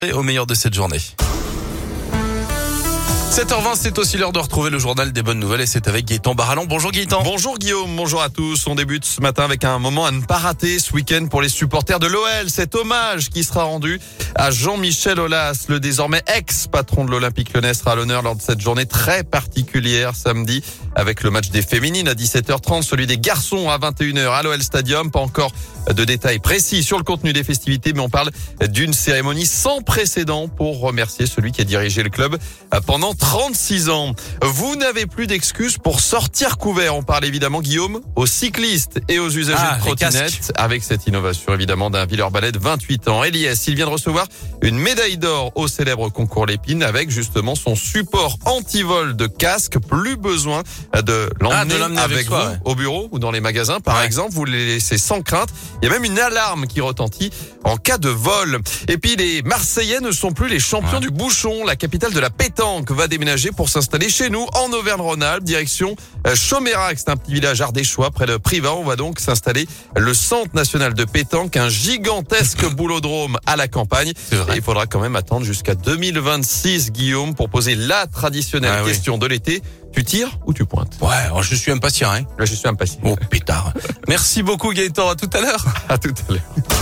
Et au meilleur de cette journée. 7h20, c'est aussi l'heure de retrouver le journal des bonnes nouvelles et c'est avec Gaëtan Barallon. Bonjour Gaëtan. Bonjour Guillaume, bonjour à tous. On débute ce matin avec un moment à ne pas rater ce week-end pour les supporters de l'OL. Cet hommage qui sera rendu à Jean-Michel Aulas, le désormais ex-patron de l'Olympique Lyonnais, sera à l'honneur lors de cette journée très particulière samedi avec le match des féminines à 17h30, celui des garçons à 21h à l'OL Stadium. Pas encore de détails précis sur le contenu des festivités, mais on parle d'une cérémonie sans précédent pour remercier celui qui a dirigé le club pendant 36 ans. Vous n'avez plus d'excuses pour sortir couvert. On parle évidemment, Guillaume, aux cyclistes et aux usagers de trottinettes avec cette innovation évidemment d'un Villers-Ballet de 28 ans. Elias, il vient de recevoir une médaille d'or au célèbre concours Lépine avec justement son support anti-vol de casque. Plus besoin de l'emmener avec vous au bureau ou dans les magasins. Par exemple, vous les laissez sans crainte. Il y a même une alarme qui retentit en cas de vol. Et puis les Marseillais ne sont plus les champions du bouchon. La capitale de la pétanque va déménager pour s'installer chez nous en Auvergne-Rhône-Alpes, direction Chaumérac. C'est un petit village ardéchois près de Privas. On va donc s'installer le Centre national de pétanque, un gigantesque boulodrome à la campagne. Et il faudra quand même attendre jusqu'à 2026, Guillaume, pour poser la traditionnelle question de l'été. Tu tires ou tu pointes? Ouais, alors je suis impatient, hein. Là, je suis impatient. Oh, pétard. Merci beaucoup Gaëtan, à tout à l'heure. À tout à l'heure.